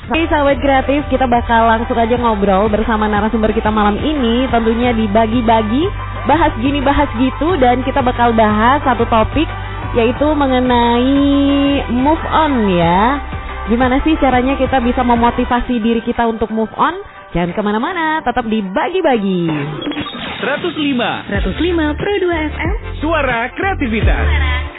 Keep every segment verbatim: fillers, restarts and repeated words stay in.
Oke sahabat kreatif, kita bakal langsung aja ngobrol bersama narasumber kita malam ini. Tentunya dibagi-bagi, bahas gini bahas gitu. Dan kita bakal bahas satu topik, yaitu mengenai move on ya. Gimana sih caranya kita bisa memotivasi diri kita untuk move on? Jangan kemana-mana, tetap dibagi-bagi. seratus lima seratus lima Pro dua F M, Suara Kreativitas. Suara Kreativitas.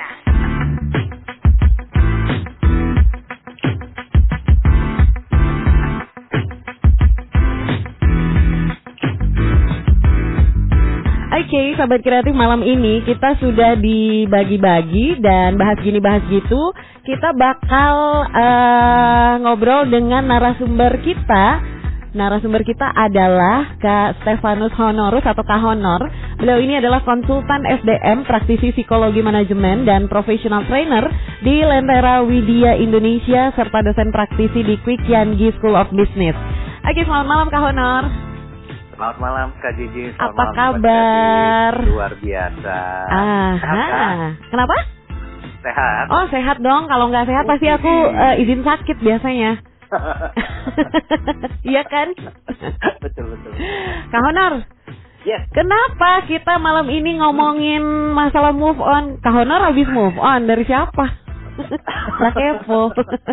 Oke, okay, sahabat kreatif, malam ini kita sudah dibagi-bagi dan bahas gini bahas gitu. Kita bakal uh, ngobrol dengan narasumber kita. Narasumber kita adalah Kak Stefanus Honorus atau Kak Honor. Beliau ini adalah konsultan S D M, praktisi psikologi manajemen dan professional trainer di Lentera Widya Indonesia serta dosen praktisi di Kwik Yangi School of Business. Oke, selamat malam Kak Honor. Selamat malam Kak Gigi. Selamat Apa malam, kabar? Luar biasa. Aha. Kenapa? Sehat. Oh sehat dong. Kalau nggak sehat pasti aku uh, izin sakit biasanya. Iya kan? Betul betul. Kak Honor. Yes. Kenapa kita malam ini ngomongin masalah move on? Kak Honor habis move on dari siapa? Lah kepo.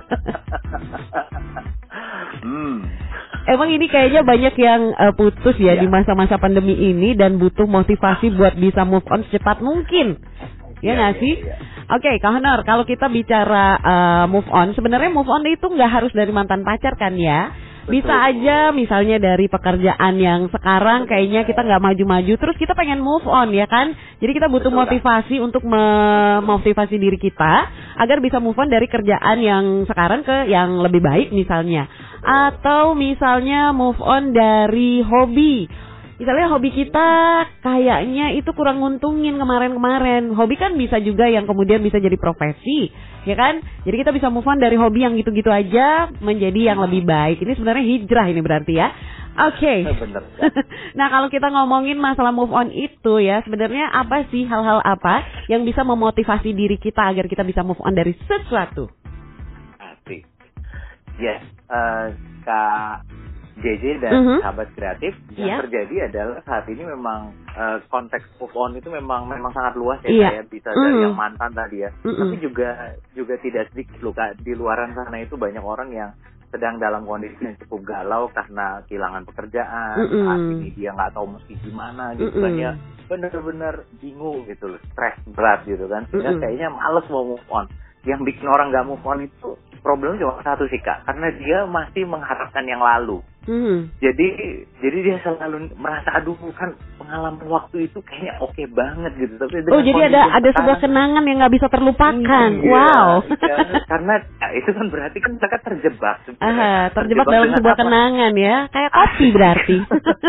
Hmm. Emang ini kayaknya banyak yang uh, putus ya, ya di masa-masa pandemi ini dan butuh motivasi buat bisa move on secepat mungkin. Ya nggak ya, sih? Ya, ya. Oke, okay, Kak Honor, kalau kita bicara uh, move on, sebenarnya move on itu nggak harus dari mantan pacar kan ya? Bisa Betul. aja misalnya dari pekerjaan yang sekarang kayaknya kita nggak maju-maju, terus kita pengen move on ya kan? Jadi kita butuh Betul, motivasi kan? untuk memotivasi diri kita agar bisa move on dari kerjaan yang sekarang ke yang lebih baik misalnya. Atau misalnya move on dari hobi. Misalnya hobi kita kayaknya itu kurang nguntungin kemarin-kemarin. Hobi kan bisa juga yang kemudian bisa jadi profesi, ya kan? Jadi kita bisa move on dari hobi yang gitu-gitu aja menjadi yang lebih baik. Ini sebenarnya hijrah ini berarti ya. Oke. Okay. Nah kalau kita ngomongin masalah move on itu ya, sebenarnya apa sih hal-hal apa yang bisa memotivasi diri kita agar kita bisa move on dari sesuatu? Asik. Yes, uh, Kak J J dan uh-huh. sahabat kreatif, yang yeah. terjadi adalah saat ini memang uh, konteks move on itu memang memang sangat luas ya, yeah. kayak bisa dari uh-huh. yang mantan tadi ya, uh-huh. tapi juga juga tidak sedikit loh Kak, di luaran sana itu banyak orang yang sedang dalam kondisi yang cukup galau karena kehilangan pekerjaan, uh-huh. saat ini dia nggak tahu mesti gimana gitu uh-huh. kan ya, benar-benar bingung gitu loh, stres berat gitu kan, sehingga uh-huh. kayaknya males mau move on. Yang bikin orang nggak move on itu problemnya cuma satu sih Kak, karena dia masih mengharapkan yang lalu. Hmm. Jadi jadi dia selalu merasa aduh kan pengalaman waktu itu kayaknya oke okay banget gitu. Tapi oh jadi ada ada sebuah kenangan yang nggak bisa terlupakan. Iya, wow. Iya, karena ya, itu kan berarti kan mereka terjebak. Aha, terjebak, terjebak dalam sebuah apa? Kenangan ya, kayak kopi berarti.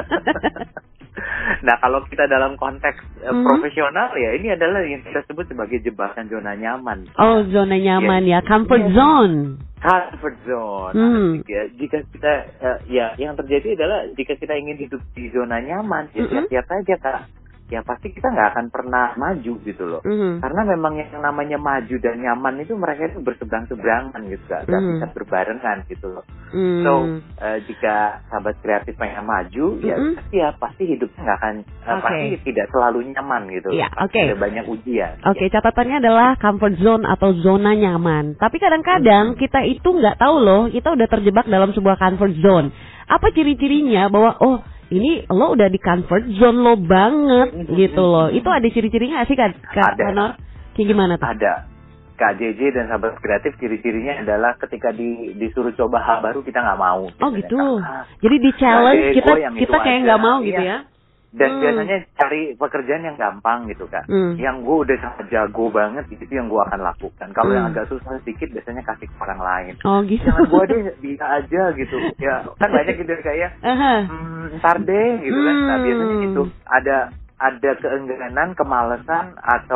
Nah kalau kita dalam konteks uh, mm-hmm. profesional ya ini adalah yang kita sebut sebagai jebakan zona nyaman. Oh zona nyaman ya, ya. Comfort ya. zone. Comfort zone. Hmm. Ya, jika kita uh, ya yang terjadi adalah jika kita ingin hidup di zona nyaman, ya mm-hmm. siap-siap saja Kak. Ya pasti kita nggak akan pernah maju gitu loh. Mm-hmm. Karena memang yang namanya maju dan nyaman itu mereka itu berseberang-seberangan gitu Kak. Nggak mm-hmm. bisa berbarengan gitu loh. Mm-hmm. So uh, jika sahabat kreatif pengen maju, mm-hmm. ya pasti ya pasti hidupnya nggak akan uh, okay. pasti tidak selalu nyaman gitu. Yeah, oke. Okay. Ada banyak ujian. Oke, okay, ya. Catatannya adalah comfort zone atau zona nyaman. Tapi kadang-kadang mm-hmm. kita itu nggak tahu loh, kita udah terjebak dalam sebuah comfort zone. Apa ciri-cirinya bahwa oh ini lo udah di comfort zone lo banget gitu loh. Itu ada ciri-cirinya gak sih Kak Honor? Kayak gimana tuh? Ada. Kak J J dan sahabat kreatif ciri-cirinya adalah ketika di, disuruh coba hal baru kita nggak mau. Oh gitu. Ah, jadi di challenge kita kita kayak nggak mau gitu iya. ya? Dan hmm. biasanya cari pekerjaan yang gampang gitu Kak. Hmm. Yang gue udah sangat jago banget itu yang gue akan lakukan. Kalau hmm. yang agak susah sedikit biasanya kasih ke orang lain. Oh gitu. Jangan gue deh bisa aja gitu. Ya kan banyak gitu kayak uh-huh. hmm, ntar deh gitu kan. Nah biasanya gitu ada ada keengganan, kemalasan atau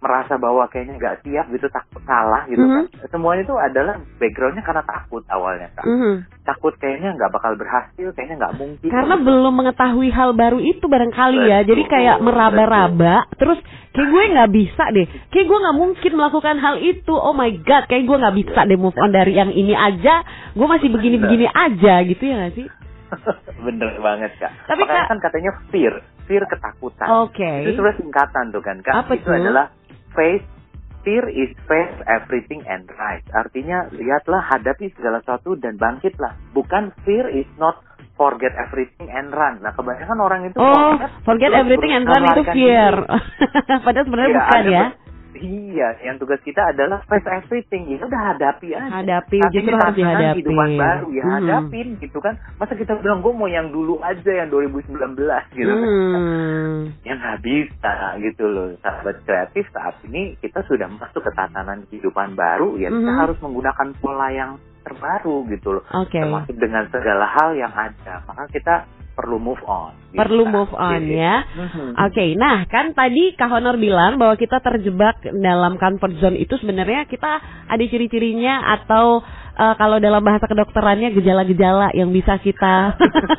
merasa bahwa kayaknya nggak siap gitu, takut salah gitu mm-hmm. kan. Semuanya itu adalah backgroundnya karena takut awalnya kan. Mm-hmm. Takut kayaknya nggak bakal berhasil, kayaknya nggak mungkin. Karena gitu. Belum mengetahui hal baru itu barangkali betul, ya. Jadi kayak meraba-raba, betul. Terus kayak gue nggak bisa deh. Kayak gue nggak mungkin melakukan hal itu. Oh my god, kayak gue nggak bisa deh move on dari yang ini aja. Gue masih begini-begini aja gitu ya nggak sih? Bener banget Kak. Tapi makanya Kak, kan katanya fear, fear ketakutan. Oke. Okay. Itu sebenarnya singkatan tuh kan Kak. Apa itu tuh? adalah face. Fear is face everything and rise. Artinya lihatlah, hadapi segala sesuatu dan bangkitlah. Bukan fear is not forget everything and run. Nah kebanyakan orang itu oh forget, forget everything and run itu fear. Padahal sebenarnya ya, bukan ya. Iya, yang tugas kita adalah face everything. Ya udah hadapi aja. Hadapi, justru harus dihadapi. Kehidupan baru ya hmm. hadapin gitu kan. Masa kita bilang gue mau yang dulu aja, yang dua ribu sembilan belas gitu hmm. kan. Yang nggak bisa gitu loh. Sahabat kreatif, saat ini kita sudah masuk ke tatanan kehidupan baru. Ya kita hmm. harus menggunakan pola yang terbaru gitu loh. Okay. Termasuk dengan segala hal yang ada. Maka kita perlu move on. Perlu gitu. move on Jadi. ya. Mm-hmm. Oke, okay, nah kan tadi Kak Honor bilang bahwa kita terjebak dalam comfort zone itu sebenarnya kita ada ciri-cirinya atau uh, kalau dalam bahasa kedokterannya gejala-gejala yang bisa kita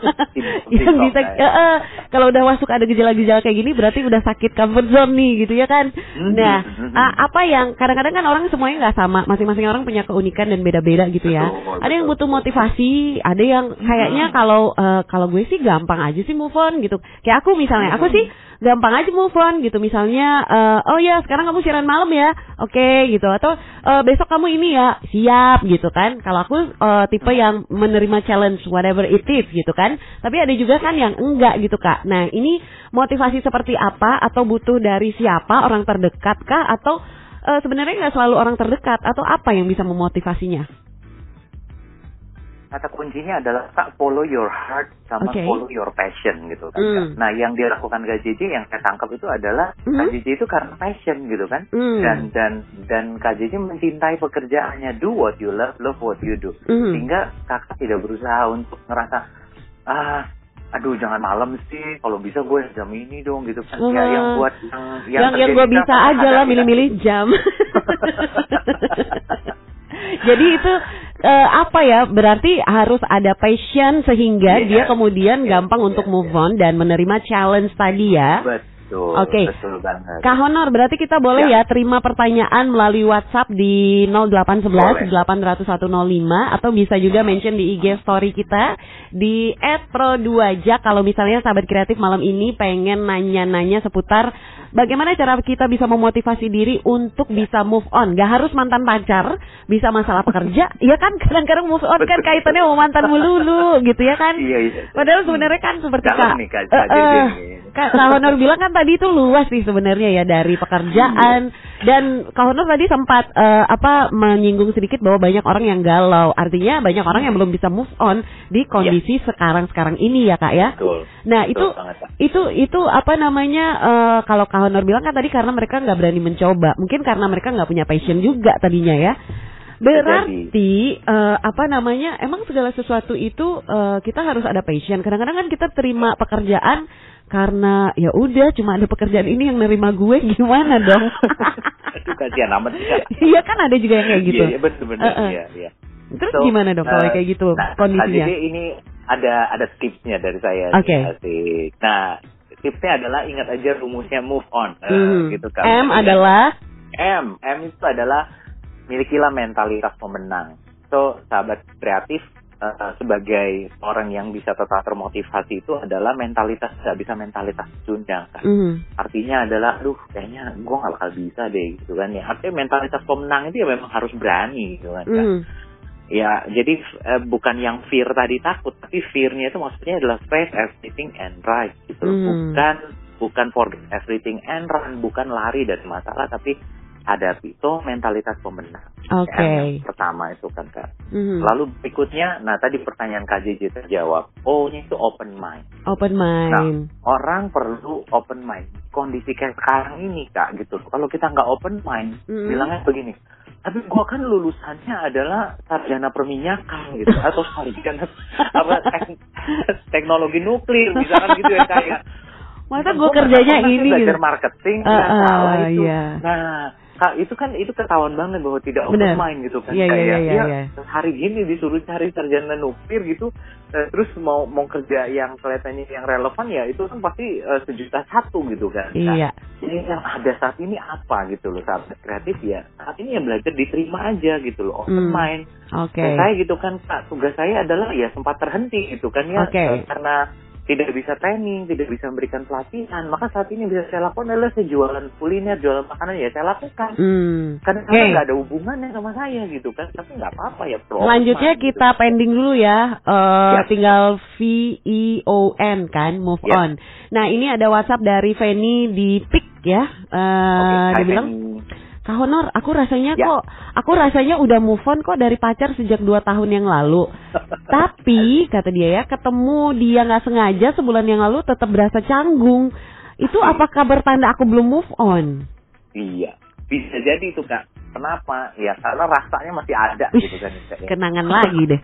yang bisa uh, uh, kalau udah masuk ada gejala-gejala kayak gini berarti udah sakit comfort zone nih gitu ya kan. Nah, uh, apa yang kadang-kadang kan orang semuanya nggak sama, masing-masing orang punya keunikan dan beda-beda gitu ya. Betul, ada yang butuh motivasi, ada yang kayaknya kalau uh, kalau gue sih gampang aja sih move on gitu. Kayak aku misalnya, aku sih gampang aja move on gitu. Misalnya, uh, oh ya sekarang kamu siaran malam ya, oke okay, gitu. Atau uh, besok kamu ini ya, siap gitu kan. Kalau aku uh, tipe yang menerima challenge whatever it is gitu kan. Tapi ada juga kan yang enggak gitu Kak. Nah ini motivasi seperti apa? Atau butuh dari siapa? Orang terdekat kah? Atau uh, sebenarnya nggak selalu orang terdekat? Atau apa yang bisa memotivasinya? Kata kuncinya adalah tak follow your heart sama okay. follow your passion gitu kan. Mm. Nah yang dilakukan Kak J J yang saya tangkap itu adalah mm-hmm. Kak J J itu karena passion gitu kan. Mm. Dan dan dan Kak J J mencintai pekerjaannya, do what you love, love what you do. Mm. Sehingga kakak tidak berusaha untuk ngerasa ah aduh jangan malam sih, kalau bisa gue jam ini dong gitu kan. Uh, ya yang buat yang yang, yang, yang gue bisa aja lah milih-milih jam. Jadi itu uh, apa ya, berarti harus ada passion sehingga yeah, dia kemudian yeah, gampang yeah, untuk move yeah. on dan menerima challenge tadi ya. Betul. Oke. Okay. Betul banget. Kak Honor, berarti kita boleh ya. ya terima pertanyaan melalui WhatsApp di nol delapan satu satu delapan nol satu nol lima atau bisa juga mention di I G story kita di et pro dua jak kalau misalnya sahabat kreatif malam ini pengen nanya-nanya seputar bagaimana cara kita bisa memotivasi diri untuk bisa move on. Gak harus mantan pacar, bisa masalah pekerja. Ya kan, kadang-kadang move on kan kaitannya sama mantan melulu gitu ya kan. Iya, iya. Padahal sebenarnya kan seperti Kak, nih, Kak, uh, uh, Kak, Kak Honor bilang kan tadi itu luas sih sebenarnya ya, dari pekerjaan. Dan Kak Honor tadi sempat uh, apa menyinggung sedikit bahwa banyak orang yang galau. Artinya banyak orang yang belum bisa move on di kondisi ya. sekarang-sekarang ini ya Kak ya. Betul. Nah, Betul itu banget, itu itu apa namanya uh, kalau Kak Honor bilang kan tadi karena mereka nggak berani mencoba. Mungkin karena mereka nggak punya passion juga tadinya ya. Berarti uh, apa namanya? Emang segala sesuatu itu uh, kita harus ada passion. Kadang-kadang kan kita terima pekerjaan karena ya udah cuma ada pekerjaan ini yang nerima gue, gimana dong? Itu kasihan amat sih. Iya kan ada juga yang kayak gitu. Iya, betul-betul. Uh, uh. Iya, iya. Terus so, gimana dong kalau uh, kayak gitu nah, kondisinya? Jadi ini ada ada tipsnya dari saya. Oke. Okay. Nah, tipsnya adalah ingat aja rumusnya move on. Uh, hmm. gitu kan. M adalah M. M itu adalah milikilah mentalitas pemenang. So, sahabat kreatif uh, sebagai orang yang bisa tetap termotivasi itu adalah mentalitas, nggak bisa mentalitas cundang kan. Mm. Artinya adalah, aduh kayaknya gue nggak bakal bisa deh gitu kan ya. Artinya mentalitas pemenang itu ya memang harus berani gitu kan. Mm. kan? Ya, jadi uh, bukan yang fear tadi takut, tapi fear-nya itu maksudnya adalah face everything and right gitu. Mm. Bukan bukan forget everything and run, bukan lari dari masalah, tapi hadapi. Itu mentalitas pemenang. Oke. Okay. Yang pertama itu kan Kak. Mm-hmm. Lalu berikutnya, nah tadi pertanyaan Kak J J terjawab. O-nya itu open mind. Open mind. Nah, orang perlu open mind. Kondisi kayak sekarang ini Kak gitu. Kalau kita nggak open mind, mm-hmm. bilangnya begini. Tapi gua kan lulusannya adalah sarjana perminyakan gitu, atau sarjana apa tek- teknologi nuklir misalkan gitu ya kayak. Masa gue kerjanya ini belajar gitu. marketing, uh, nggak uh, salah itu. Iya. Nah, Kak, itu kan itu ketahuan banget bahwa tidak open mind gitu kan. Iya, kayak iya, iya, ya, iya. hari gini disuruh cari sarjana nuklir gitu, eh, terus mau mau kerja yang kelihatannya yang relevan ya itu kan pasti eh, sejuta satu gitu kan. Iya. Nah, ini yang ada saat ini apa gitu loh, saat kreatif ya. Saat ini ya belajar diterima aja gitu loh, open Hmm. mind. Oke. Dan saya gitu kan, Kak, tugas saya adalah ya sempat terhenti gitu kan ya, Oke. eh, karena tidak bisa training, tidak bisa memberikan pelatihan, maka saat ini bisa saya lakukan adalah saya jualan kuliner, jualan makanan ya saya lakukan. Hmm. Karena Oke. nggak ada hubungannya sama saya gitu kan, tapi nggak apa-apa ya. Pro Selanjutnya gitu. kita pending dulu ya, uh, Ya. tinggal V E O N kan, move Ya. on. Nah ini ada WhatsApp dari Feni di P I K ya, uh, Oke, dia bilang, Feni. Kak Honor, aku rasanya Ya. kok, aku rasanya udah move on kok dari pacar sejak dua tahun yang lalu. Tapi kata dia ya, ketemu dia nggak sengaja sebulan yang lalu tetap berasa canggung. Itu apakah bertanda aku belum move on? Iya, bisa jadi itu Kak. Kenapa? Ya karena rasanya masih ada Wih, gitu kan. kenangan lagi deh.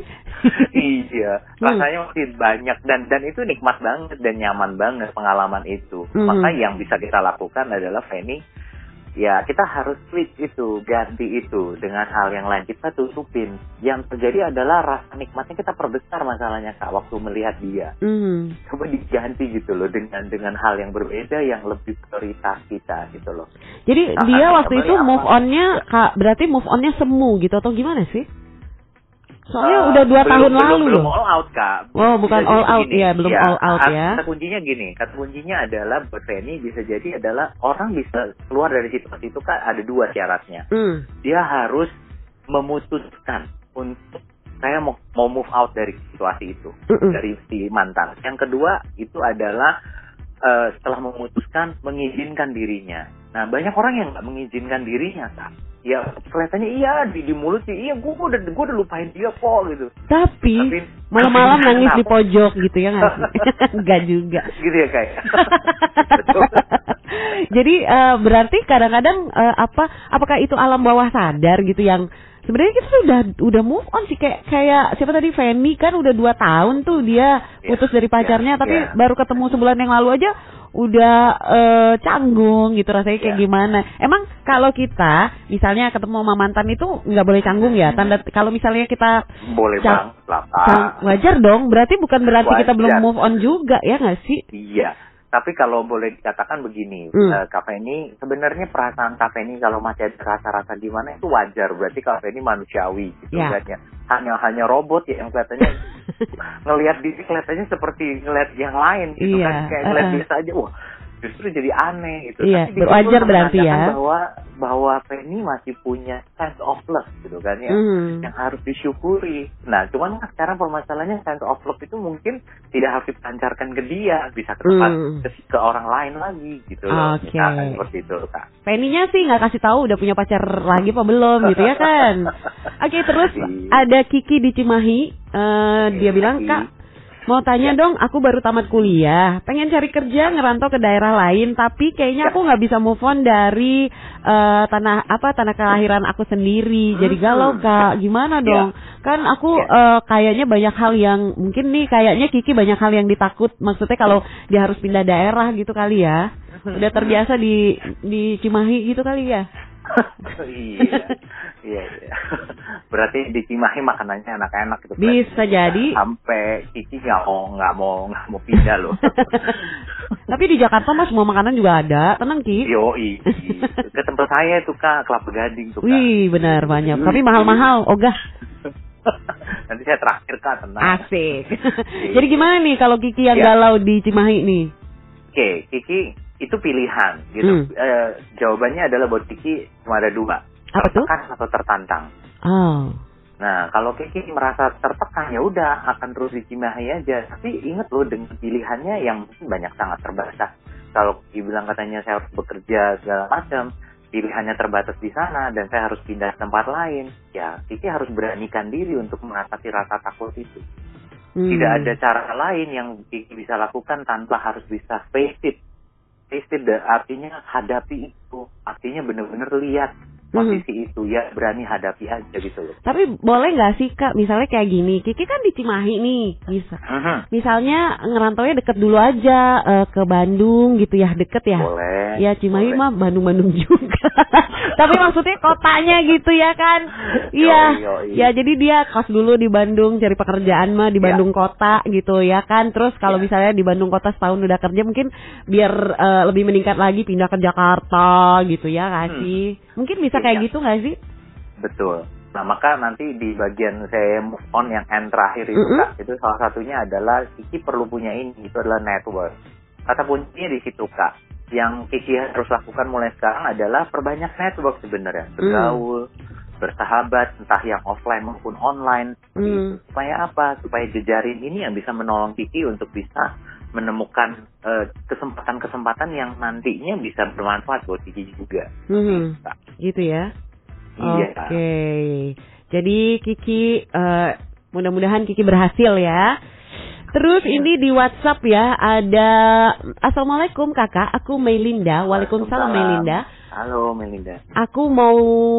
Iya, rasanya masih banyak dan dan itu nikmat banget dan nyaman banget pengalaman itu. Hmm. Maka yang bisa kita lakukan adalah Feni, ya kita harus switch itu, ganti itu dengan hal yang lain. Kita tutupin. Yang terjadi adalah rasa nikmatnya kita perbesar masalahnya Kak waktu melihat dia. Hmm. Coba diganti gitu loh dengan dengan hal yang berbeda yang lebih prioritas kita gitu loh. Jadi Nah, dia artinya waktu itu apa? move on-nya Kak, berarti move on-nya semu gitu atau gimana sih? Soalnya Uh, udah dua belum, tahun belum, lalu belum loh. all out Kak. Oh, bukan Bisa all jadi out begini. ya, belum all out ya. Kata kuncinya gini, kata kuncinya adalah buat Feni bisa jadi adalah orang bisa keluar dari situasi itu Kak ada dua syaratnya. Hmm. Dia harus memutuskan untuk saya mau mau move out dari situasi itu, Mm-mm. dari si mantan. Yang kedua itu adalah uh, setelah memutuskan mengizinkan dirinya. Nah banyak orang yang nggak mengizinkan dirinya Kak. Ya kelihatannya iya di, di mulut sih iya gue udah gue udah lupain dia kok gitu. Tapi, Tapi malam-malam nangis di kenapa? pojok gitu ya nggak sih? Enggak juga. Gitu ya kayak. Jadi uh, berarti kadang-kadang uh, apa apakah itu alam bawah sadar gitu yang sebenarnya kita sudah udah move on sih kayak kayak siapa tadi Feni kan udah dua tahun tuh dia putus Ya, dari pacarnya ya, tapi ya. baru ketemu sebulan yang lalu aja udah uh, canggung gitu rasanya kayak Ya. gimana. Emang kalau kita misalnya ketemu sama mantan itu nggak boleh canggung ya? Tanda kalau misalnya kita Boleh cang- banget lah cang- Kak. wajar dong. Berarti bukan berarti kita Wajar. belum move on juga ya nggak sih? Iya. Tapi kalau boleh dikatakan begini, Hmm. eh, Kak Feni, sebenarnya perasaan Kak Feni kalau masih ada rasa-rasa di mana itu wajar. Berarti Kak Feni manusiawi gitu Ya. kan ya. Hanya hanya robot ya yang kelihatannya ngelihat diri kelihatannya seperti ngelihat yang lain gitu Iya, kan kayak ngelihat uh-uh. biasa aja. Wah, justru jadi aneh gitu. Iya, Tapi di berwajar situ berarti ya. menandakan bahwa bahwa Feni masih punya sense of love gitu kan ya. Hmm. Yang harus disyukuri. Nah, cuman sekarang permasalahannya sense of love itu mungkin tidak harus dipancarkan ke dia, bisa ke tempat Hmm. ke, ke orang lain lagi gitu loh. Oke. Misalkan seperti itu, Kak. Feninya sih nggak kasih tahu udah punya pacar lagi apa belum gitu ya kan. Oke terus ada Kiki di Cimahi, eh, dia bilang Kak mau tanya dong, aku baru tamat kuliah, pengen cari kerja ngerantau ke daerah lain, tapi kayaknya aku nggak bisa move on dari eh, tanah apa tanah kelahiran aku sendiri, jadi galau Kak, gimana dong? Kan aku eh, kayaknya banyak hal yang mungkin nih kayaknya Kiki banyak hal yang ditakut, maksudnya kalau dia harus pindah daerah gitu kali ya, udah terbiasa di di Cimahi gitu kali ya. iya, iya, iya. Berarti di Cimahi makanannya enak-enak gitu. Bisa jadi. Sampai Kiki nggak mau nggak mau nggak mau pindah loh. Tapi di Jakarta mah semua makanan juga ada, tenang Ki. Yoi, ke tempat saya tuh Kak, Kelapa Gading tuh Kak. Wih benar banyak, tapi mahal-mahal, ogah. Nanti saya traktir Kak, tenang. Asik. Jadi gimana nih kalau Kiki yang Ya. galau di Cimahi nih? Oke, Kiki itu pilihan gitu. Hmm. Eh, jawabannya adalah buat Kiki cuma ada dua. Apa tuh? Tertekan atau tertantang. Oh. Nah, kalau Kiki merasa tertekan ya udah akan terus di Cimahi aja. Tapi ingat loh dengan pilihannya yang mungkin banyak sangat terbatas. Kalau Kiki bilang katanya saya harus bekerja segala macam, pilihannya terbatas di sana dan saya harus pindah ke tempat lain. Ya, Kiki harus beranikan diri untuk mengatasi rasa takut itu. Hmm. Tidak ada cara lain yang Kiki bisa lakukan tanpa harus bisa face it. Face it artinya hadapi itu. Artinya benar-benar lihat kondisi mm-hmm. itu ya berani hadapi aja gitu loh. Tapi boleh nggak sih Kak, misalnya kayak gini, Kiki kan di Cimahi nih, bisa. Mm-hmm. Misalnya ngerantaunya deket dulu aja uh, ke Bandung gitu ya, deket ya. Boleh. Ya Cimahi boleh. mah Bandung-Bandung juga. Tapi maksudnya kotanya gitu ya kan. Iya. Ya jadi dia kos dulu di Bandung, cari pekerjaan mah di Bandung ya. Kota gitu ya kan. Terus kalau ya. misalnya di Bandung kota setahun udah kerja, mungkin biar uh, lebih meningkat lagi pindah ke Jakarta gitu ya nggak hmm. sih? Mungkin bisa kayak ya. gitu nggak sih? Betul. Nah maka nanti di bagian saya move on yang end terakhir itu mm-hmm. Kak, itu salah satunya adalah Kiki perlu punya ini, itu adalah network. Kata kuncinya di situ Kak. Yang Kiki harus lakukan mulai sekarang adalah perbanyak network sebenarnya, bergaul, mm. bersahabat, entah yang offline maupun online. Mm. Supaya apa? Supaya jejaring ini yang bisa menolong Kiki untuk bisa menemukan uh, kesempatan-kesempatan yang nantinya bisa bermanfaat buat Kiki juga. Mm. Gitu ya. Iya. Oke, okay. Jadi Kiki uh, mudah-mudahan Kiki berhasil ya. Terus ini di WhatsApp ya ada Assalamualaikum kakak, aku Melinda. Waalaikumsalam Melinda. Halo Melinda. Aku mau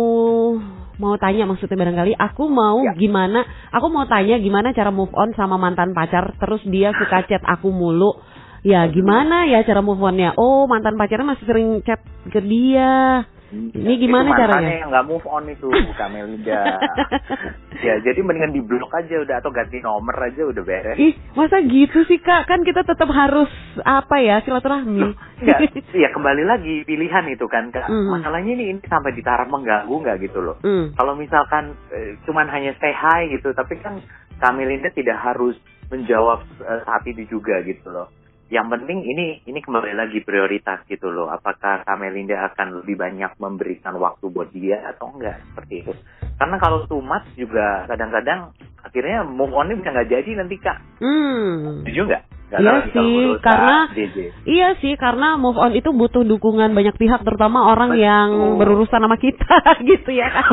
mau tanya maksudnya barangkali aku mau ya. gimana? Aku mau tanya gimana cara move on sama mantan pacar. Terus dia suka chat aku mulu. Ya gimana ya cara move onnya? Oh mantan pacarnya masih sering chat ke dia. Ini gimana itu caranya? Yang nggak move on itu bukan Melinda. Ya jadi mendingan di blok aja udah atau ganti nomor aja udah beres. Ih masa gitu sih Kak? Kan kita tetap harus apa ya silaturahmi. Ya, ya kembali lagi pilihan itu kan Kak. Mm. Masalahnya ini, ini sampai di taraf mengganggu nggak gitu loh. Mm. Kalau misalkan eh, cuman hanya say hi gitu, tapi kan Kak Melinda tidak harus menjawab eh, saat itu juga gitu loh. Yang penting ini ini kembali lagi prioritas gitu loh. Apakah Kak Melinda akan lebih banyak memberikan waktu buat dia atau enggak seperti itu. Karena kalau too much juga kadang-kadang akhirnya move on-nya bisa nggak jadi nanti Kak. Hmm. Setuju nggak? Iya sih, karena D J. Iya sih, karena move on itu butuh dukungan banyak pihak, terutama orang Betul. yang berurusan sama kita gitu ya kan.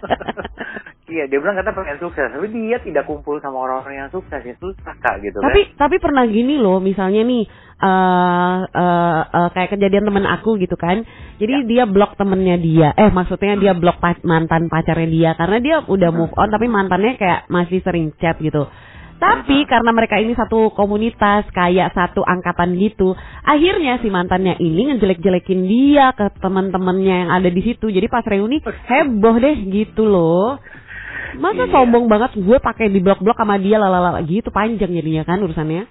Iya, dia bilang kata pengen sukses, tapi dia tidak kumpul sama orang-orang yang sukses, ya susah Kak gitu tapi, kan. Tapi pernah gini loh, misalnya nih, uh, uh, uh, kayak kejadian temen aku gitu kan. Jadi ya. dia blok temennya dia, eh maksudnya dia blok pa- mantan pacarnya dia, karena dia udah move on, tapi mantannya kayak masih sering chat gitu. Tapi karena mereka ini satu komunitas, kayak satu angkatan gitu, akhirnya si mantannya ini ngejelek-jelekin dia ke teman-temannya yang ada di situ. Jadi pas reuni heboh deh gitu loh. Masa iya. sombong banget gue pakai di blok-blok sama dia lalala gitu, panjang jadinya kan urusannya.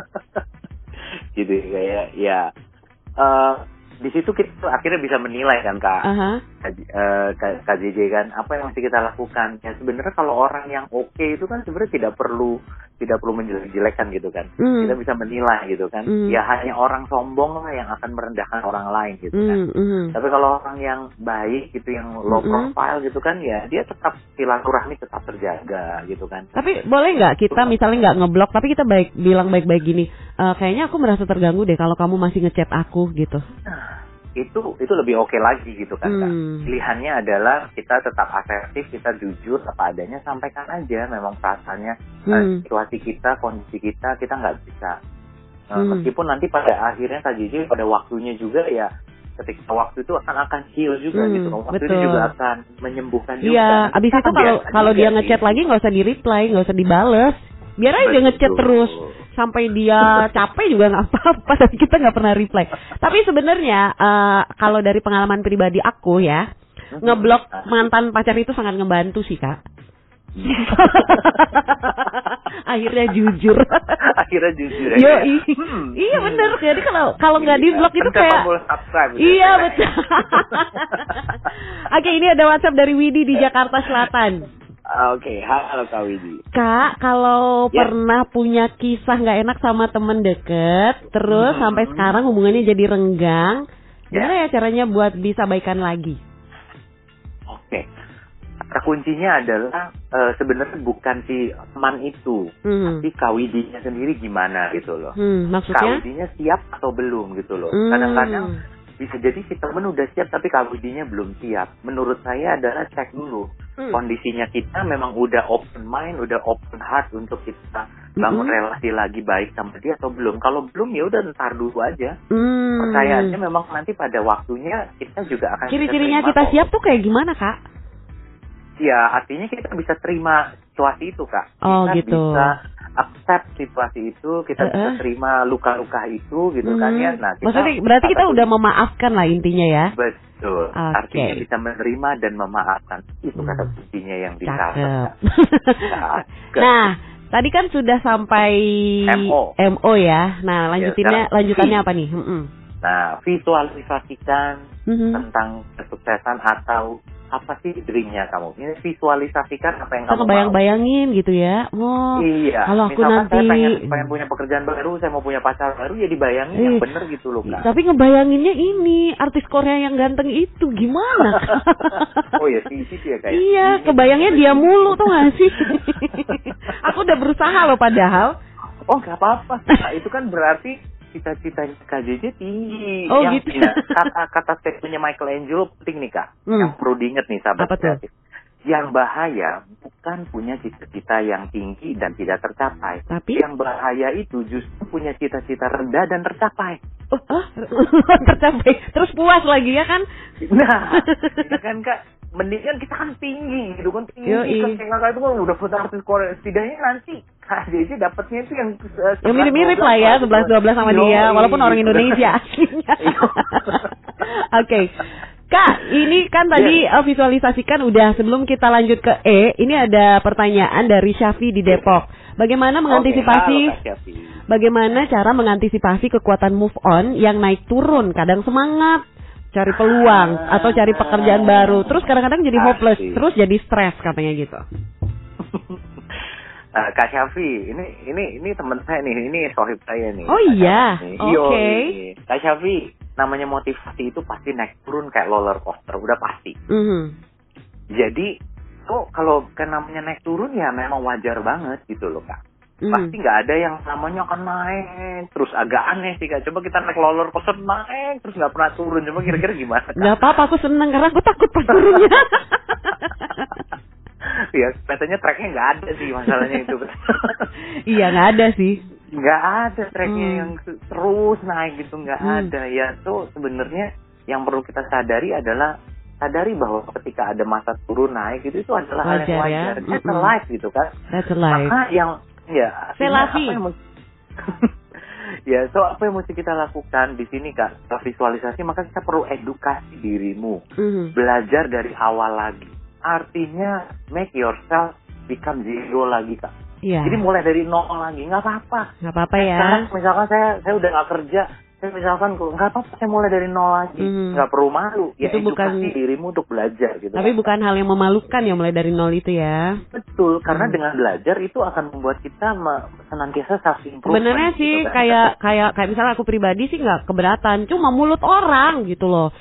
Gitu kayak ya uh, di situ kita akhirnya bisa menilai kan Kak. Uh-huh. Uh, Kak J J kan apa yang mesti kita lakukan. Ya sebenarnya kalau orang yang oke okay itu kan sebenarnya tidak perlu tidak perlu menjelek-jelekan gitu kan. Mm. Kita bisa menilai gitu kan. Mm. Ya hanya orang sombong lah yang akan merendahkan orang lain gitu kan. Mm. Mm. Tapi kalau orang yang baik gitu, yang low profile mm. gitu kan, ya dia tetap silaturahmi tetap terjaga gitu kan. Tapi boleh nggak kita misalnya nggak ngeblok, tapi kita baik bilang baik-baik gini, e, kayaknya aku merasa terganggu deh kalau kamu masih ngechat aku gitu. Nah, itu itu lebih oke okay lagi gitu kan Kak. Hmm. Pilihannya adalah kita tetap asertif, kita jujur apa adanya, sampaikan aja memang perasaannya, hmm. uh, situasi kita, kondisi kita, kita nggak bisa uh, hmm. meskipun nanti pada akhirnya Kak Jiji pada waktunya juga ya ketika waktu itu akan akan heal juga hmm, gitu, waktu betul. itu juga akan menyembuhkan juga. Iya, abis itu kalau kalau dia ngechat lagi nggak usah di reply, nggak usah dibales, biar aja dia ngechat terus sampai dia capek juga nggak apa-apa, tapi kita nggak pernah reply. Tapi sebenarnya uh, kalau dari pengalaman pribadi aku ya, ngeblok mantan pacar itu sangat ngebantu sih Kak. Akhirnya jujur. Akhirnya jujur. Yo, i- hmm. Iya benar. Jadi kalau kalau nggak di blok itu kayak. Iya betul. Oke, ini ada WhatsApp dari Widi di Jakarta Selatan. Oke, okay. Halo Kak Widi. Kak, kalau ya. pernah punya kisah nggak enak sama temen deket, terus hmm. sampai sekarang hubungannya jadi renggang, gimana ya. ya caranya buat bisa baikan lagi? Oke, okay. Kata kuncinya adalah uh, sebenarnya bukan si teman itu, hmm. tapi Kak Widinya sendiri gimana gitu loh. Hmm, maksudnya? Kak Widinya siap atau belum gitu loh. Hmm. Kadang-kadang bisa jadi si temen udah siap tapi Kak Widinya belum siap. Menurut saya adalah cek dulu. Hmm. Kondisinya kita memang udah open mind, udah open heart untuk kita bangun Mm-hmm. relasi lagi baik sama dia atau belum. Kalau belum ya udah ntar dulu aja. Mm. Percaya aja memang nanti pada waktunya kita juga akan. Ciri-cirinya bisa kita kok. siap tuh kayak gimana, Kak? Ya artinya kita bisa terima situasi itu, Kak. Oh, Kita gitu. bisa accept situasi itu, kita Uh-uh. bisa terima luka-luka itu gitu kan ya. Nah, kita, maksudnya berarti kita udah memaafkan lah intinya ya. Betul. Okay. Artinya bisa menerima dan memaafkan. Itu hmm. kata kuncinya yang dicatat. Cakep. Nah, tadi kan sudah sampai M O. M O ya. Nah, lanjutinnya ya, lanjutannya apa nih? Mm-mm. Nah, visualisasikan Mm-hmm. tentang kesuksesan atau apa sih dreamnya kamu? Ini visualisasikan apa yang Kita kamu kebayang-bayangin gitu ya. Oh, iya. kalau aku Misalkan nanti saya pengen, pengen punya pekerjaan baru, saya mau punya pacar baru, ya dibayangin eh, yang bener gitu loh, Kak. Tapi ngebayanginnya ini artis Korea yang ganteng itu gimana? Oh ya sih, sih ya kayak. Iya, kebayangnya dia mulu tuh nggak sih? Aku udah berusaha loh padahal. Oh nggak apa-apa. Nah, itu kan berarti cita-citanya Kak J J tinggi. Oh yang, gitu. Ya, kata-kata statementnya Michelangelo penting nih, Kak. Hmm. Yang perlu diingat nih sahabat Apa tuh? kreatif. Yang bahaya bukan punya cita-cita yang tinggi dan tidak tercapai. Tapi yang bahaya itu justru punya cita-cita rendah dan tercapai. Oh, oh, tercapai. Terus puas lagi ya kan? Nah, ya kan Kak, mendingan kita kan tinggi gitu kan, tinggi kan kayak Kakak itu kan udah foto artis Korea, setidaknya nanti Kak J J dapatnya itu yang uh, yang mirip-mirip lah ya, sebelas dua belas sama dia, walaupun orang Indonesia aslinya. Oke. Okay. Kak, ini kan tadi yeah. uh, visualisasikan udah. Sebelum kita lanjut ke E, ini ada pertanyaan dari Syafi di Depok. Bagaimana mengantisipasi okay, halo, bagaimana cara mengantisipasi kekuatan move on yang naik turun, kadang semangat cari peluang atau cari pekerjaan baru, terus kadang-kadang jadi hopeless, terus jadi stres katanya gitu. Uh, Kak Syafi, ini ini ini teman saya nih, ini sohib saya nih. Oh iya, oke. Okay. Kak Syafi, namanya motivasi itu pasti naik turun kayak roller coaster, udah pasti. Mm-hmm. Jadi, kok kalau kan namanya naik turun ya memang wajar banget gitu loh, Kak. Mm. Pasti nggak ada yang namanya akan naik terus, agak aneh sih, Kak. Coba kita naik roller coaster naik terus nggak pernah turun, coba kira-kira gimana, Kak? Nggak apa-apa, aku seneng karena aku takut pas turunnya. Ya, katanya tracknya nggak ada sih masalahnya itu. Iya, nggak ada sih. Nggak ada tracknya hmm. yang terus naik gitu, nggak hmm. ada. Ya tuh sebenarnya yang perlu kita sadari adalah sadari bahwa ketika ada masa turun naik itu itu adalah wajar, hal yang wajar. Ya? That's a life gitu kan. That's a life. Maka yang ya Selasi. Ya, so apa yang mesti kita lakukan di sini, Kak? Visualisasi, maka kita perlu edukasi dirimu, mm-hmm. belajar dari awal lagi. Artinya make yourself become zero lagi, Kak. Iya. Jadi mulai dari nol lagi, nggak apa-apa. Nggak apa-apa ya. Sekarang misalkan saya saya udah nggak kerja, saya misalkan nggak apa-apa, saya mulai dari nol lagi, mm-hmm. nggak perlu malu. Ya, itu edukasi bukan dirimu untuk belajar gitu. Tapi kan? Bukan hal yang memalukan ya mulai dari nol itu ya. Betul, karena hmm. dengan belajar itu akan membuat kita me- senantiasa self improvement. Sebenarnya gitu sih kan? kayak kayak kayak misalnya aku pribadi sih nggak keberatan, cuma mulut orang gitu loh.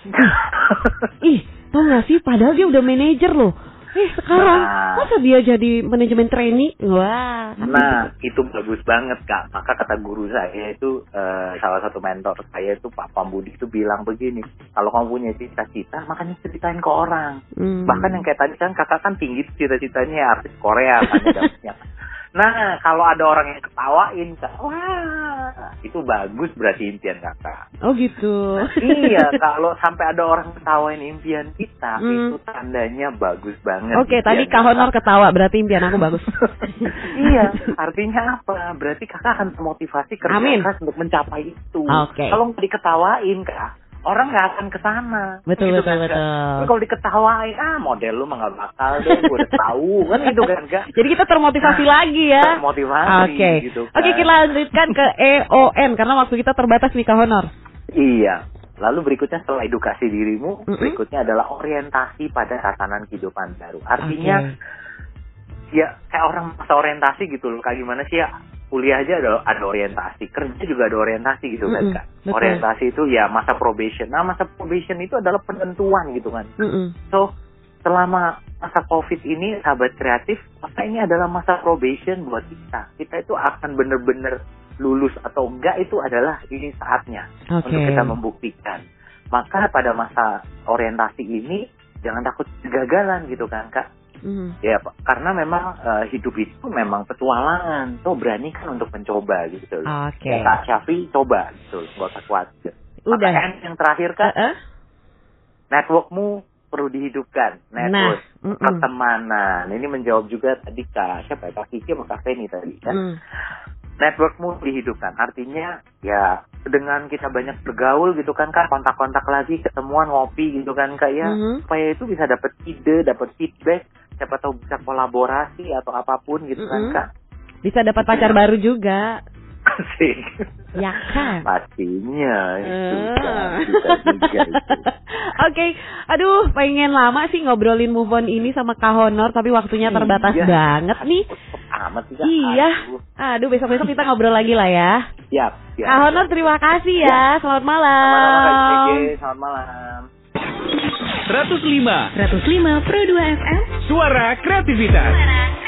Ih, tau nggak sih? Padahal dia udah manajer loh. Eh sekarang nah, masa dia jadi manajemen trainee? Wah. Nah itu bagus banget, Kak. Maka kata guru saya itu uh, salah satu mentor saya itu Pak Pambudi itu bilang begini, kalau kamu punya cita-cita makanya ceritain ke orang. Hmm. Bahkan yang kayak tadi kan kakak kan tinggi cita-citanya artis Korea kan dapetnya. Nah kalau ada orang yang ketawain, Kak, wah itu bagus berarti impian kakak. Oh gitu. Iya, kalau sampai ada orang ketawain impian kita, hmm. itu tandanya bagus banget. Oke, okay, tadi Kak Honor ketawa, berarti impian aku bagus. Iya, artinya apa? Berarti kakak akan termotivasi kerja keras untuk mencapai itu. Oke. Okay. Kalau nggak diketawain, Kak, orang nggak akan kesana. Betul, gitu betul, kan, betul. Kalau diketawain, ah model lu mah nggak bakal deh, gue udah tahu kan gitu kan, Kak. Jadi kita termotivasi lagi ya. Termotivasi. Oke. Okay. Gitu kan. Oke, okay, kita lanjutkan ke E O N karena waktu kita terbatas nih, Kak Honor. Iya. Lalu berikutnya setelah edukasi dirimu, mm-hmm. berikutnya adalah orientasi pada tatanan kehidupan baru. Artinya, okay. ya kayak orang masa orientasi gitu loh. Kayak gimana sih ya? Kuliah aja ada, ada orientasi, kerja juga ada orientasi gitu kan, Kak. Mm-hmm. Orientasi itu ya masa probation. Nah, masa probation itu adalah penentuan gitu kan. Mm-hmm. So, selama masa COVID ini, sahabat kreatif, maka ini adalah masa probation buat kita. Kita itu akan benar-benar lulus atau enggak, itu adalah ini saatnya okay. untuk kita membuktikan. Maka pada masa orientasi ini, jangan takut kegagalan gitu kan, Kak. Mm-hmm. Ya, karena memang uh, hidup itu memang petualangan. Tuh berani kan untuk mencoba gitu. Oke. Okay. Ya, Kak Syafi coba gitu, nggak usah khawatir. Udah. Maka yang terakhir kan, uh-uh. networkmu perlu dihidupkan. Network, nah, pertemanan. Ini menjawab juga tadi Kak siapa ya, Kak Kiki sama Kak Feni tadi kan. Mm. Networkmu dihidupkan. Artinya ya dengan kita banyak bergaul gitu kan Kak, kontak-kontak lagi, ketemuan ngopi gitu kan Kak ya, mm-hmm. supaya itu bisa dapat ide, dapat feedback, siapa tahu bisa kolaborasi atau apapun gitu mm-hmm. kan Kak. Bisa dapat pacar baru juga. Asik. Ya kan? Pastinya itu uh. kan. Bisa juga itu. Oke, okay. Aduh, pengen lama sih ngobrolin move on ini sama Kak Honor, tapi waktunya terbatas iya. banget nih. Amat sih, iya. Aduh, besok-besok kita ngobrol lagi lah ya. Siap. siap. Kak Honor, terima kasih ya. Selamat malam. Sama-sama, Selamat malam. seratus lima seratus lima Pro dua F M. Suara Kreativitas. Suara